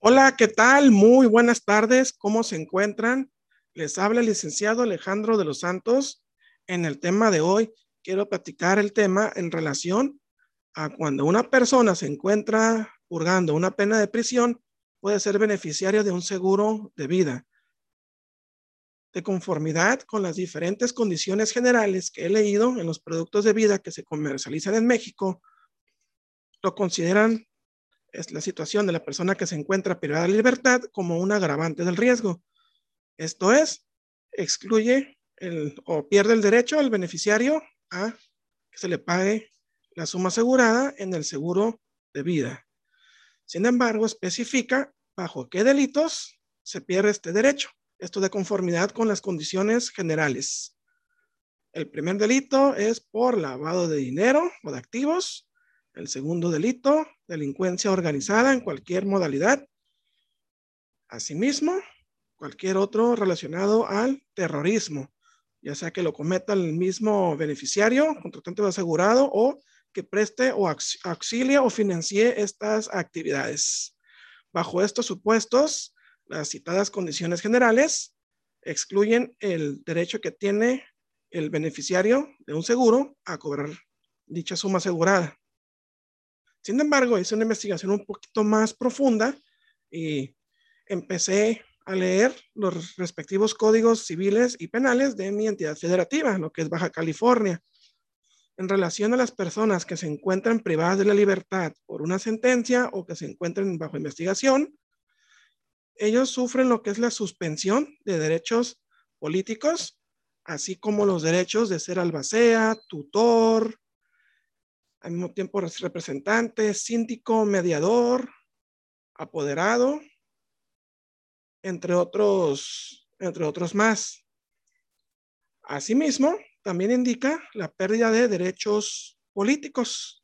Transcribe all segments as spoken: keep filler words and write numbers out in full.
Hola, ¿qué tal? Muy buenas tardes. ¿Cómo se encuentran? Les habla el licenciado Alejandro de los Santos. En el tema de hoy, quiero platicar el tema en relación a cuando una persona se encuentra purgando una pena de prisión, puede ser beneficiario de un seguro de vida. De conformidad con las diferentes condiciones generales que he leído en los productos de vida que se comercializan en México, lo consideran es la situación de la persona que se encuentra privada de libertad como un agravante del riesgo. Esto es, excluye el, o pierde el derecho al beneficiario a que se le pague la suma asegurada en el seguro de vida. Sin embargo, especifica bajo qué delitos se pierde este derecho. Esto de conformidad con las condiciones generales. El primer delito es por lavado de dinero o de activos. El segundo delito, delincuencia organizada en cualquier modalidad. Asimismo, cualquier otro relacionado al terrorismo, ya sea que lo cometa el mismo beneficiario, contratante o asegurado, o que preste o auxilie o financie estas actividades. Bajo estos supuestos, las citadas condiciones generales excluyen el derecho que tiene el beneficiario de un seguro a cobrar dicha suma asegurada. Sin embargo, hice una investigación un poquito más profunda y empecé a leer los respectivos códigos civiles y penales de mi entidad federativa, lo que es Baja California. En relación a las personas que se encuentran privadas de la libertad por una sentencia o que se encuentren bajo investigación, ellos sufren lo que es la suspensión de derechos políticos, así como los derechos de ser albacea, tutor, al mismo tiempo representante, síndico, mediador, apoderado, entre otros, entre otros más. Asimismo, también indica la pérdida de derechos políticos.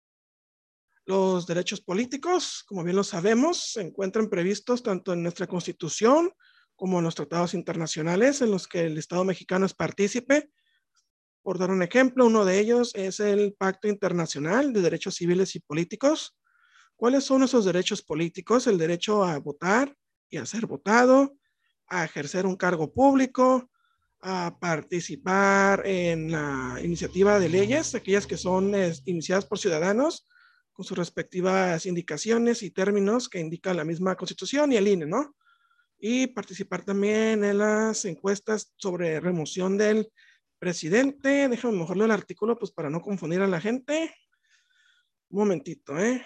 Los derechos políticos, como bien lo sabemos, se encuentran previstos tanto en nuestra Constitución como en los tratados internacionales en los que el Estado mexicano es partícipe. Por dar un ejemplo, uno de ellos es el Pacto Internacional de Derechos Civiles y Políticos. ¿Cuáles son esos derechos políticos? El derecho a votar y a ser votado, a ejercer un cargo público, a participar en la iniciativa de leyes, aquellas que son eh, iniciadas por ciudadanos, con sus respectivas indicaciones y términos que indica la misma Constitución y el I N E, ¿no? Y participar también en las encuestas sobre remoción del presidente. Déjame mejor leer el artículo, pues para no confundir a la gente. Un momentito, ¿eh?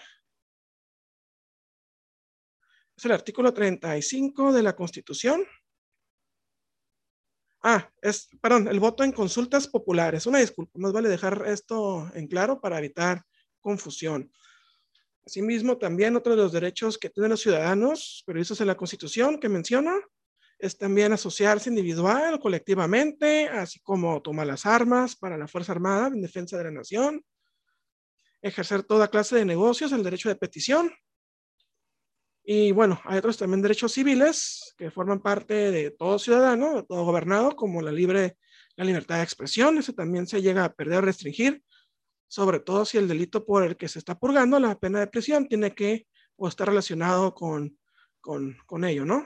Es el artículo treinta y cinco de la Constitución. Ah, es, perdón, el voto en consultas populares. Una disculpa, más vale dejar esto en claro para evitar confusión. Asimismo, también otro de los derechos que tienen los ciudadanos previstos en la Constitución que menciona es también asociarse individual o colectivamente, así como tomar las armas para la Fuerza Armada en defensa de la nación, ejercer toda clase de negocios, el derecho de petición. Y bueno, hay otros también derechos civiles que forman parte de todo ciudadano, de todo gobernado, como la libre, la libertad de expresión. Eso también se llega a perder o restringir, sobre todo si el delito por el que se está purgando la pena de prisión tiene que o estar relacionado con, con, con ello, ¿no?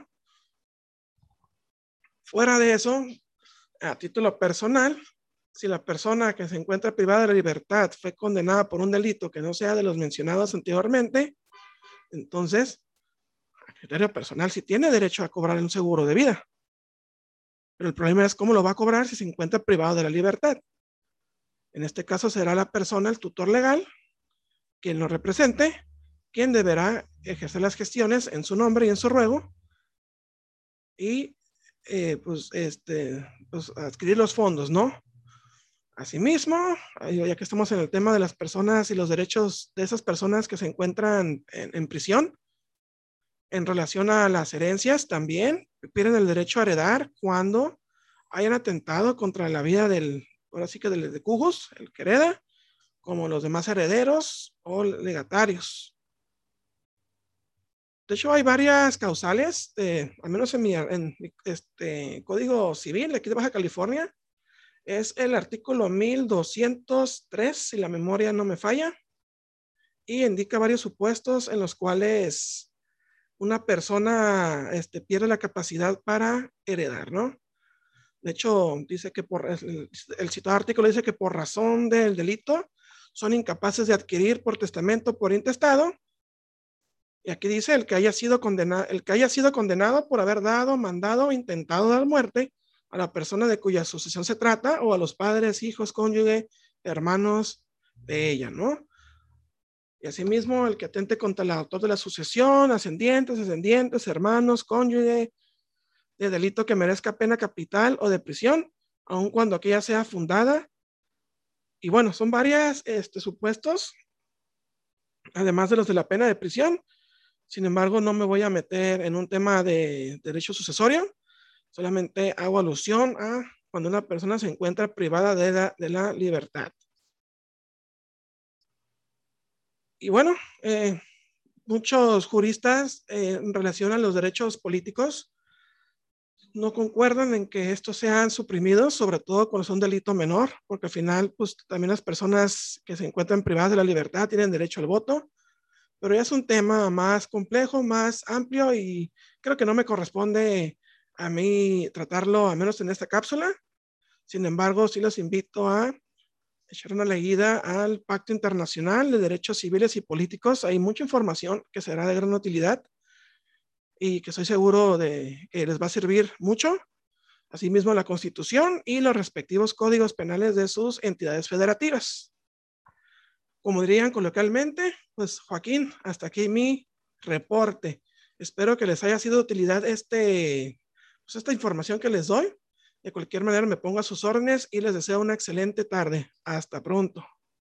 Fuera de eso, a título personal, si la persona que se encuentra privada de la libertad fue condenada por un delito que no sea de los mencionados anteriormente, entonces, a criterio personal, sí tiene derecho a cobrar un seguro de vida. Pero el problema es cómo lo va a cobrar si se encuentra privado de la libertad. En este caso será la persona, el tutor legal, quien lo represente, quien deberá ejercer las gestiones en su nombre y en su ruego y eh, pues, este, pues adquirir los fondos, ¿no? Asimismo, ya que estamos en el tema de las personas y los derechos de esas personas que se encuentran en, en prisión, en relación a las herencias también pierden el derecho a heredar cuando hayan atentado contra la vida del, ahora sí que del de Cujos, el que hereda, como los demás herederos o legatarios. De hecho, hay varias causales, eh, al menos en mi en, este, Código Civil aquí de Baja California, es el artículo mil doscientos tres, si la memoria no me falla, y indica varios supuestos en los cuales una persona este, pierde la capacidad para heredar, ¿no? De hecho, dice que por el, el citado artículo dice que por razón del delito son incapaces de adquirir por testamento, por intestado. Y aquí dice el que haya sido condenado, el que haya sido condenado por haber dado, mandado o intentado dar muerte a la persona de cuya sucesión se trata o a los padres, hijos, cónyuge, hermanos de ella, ¿no? Y asimismo, el que atente contra el autor de la sucesión, ascendientes, descendientes, hermanos, cónyuge, de delito que merezca pena capital o de prisión, aun cuando aquella sea fundada. Y bueno, son varias este, supuestos, además de los de la pena de prisión. Sin embargo, no me voy a meter en un tema de derecho sucesorio, solamente hago alusión a cuando una persona se encuentra privada de la, de la libertad. Y bueno, eh, muchos juristas eh, en relación a los derechos políticos no concuerdan en que estos sean suprimidos, sobre todo cuando son delito menor, porque al final, pues también las personas que se encuentran privadas de la libertad tienen derecho al voto, pero ya es un tema más complejo, más amplio y creo que no me corresponde a mí tratarlo, al menos en esta cápsula. Sin embargo, sí los invito a echar una leída al Pacto Internacional de Derechos Civiles y Políticos. Hay mucha información que será de gran utilidad y que estoy seguro de que les va a servir mucho. Asimismo, la Constitución y los respectivos códigos penales de sus entidades federativas. Como dirían coloquialmente, pues Joaquín, hasta aquí mi reporte. Espero que les haya sido de utilidad este, pues esta información que les doy. De cualquier manera, me pongo a sus órdenes y les deseo una excelente tarde. Hasta pronto.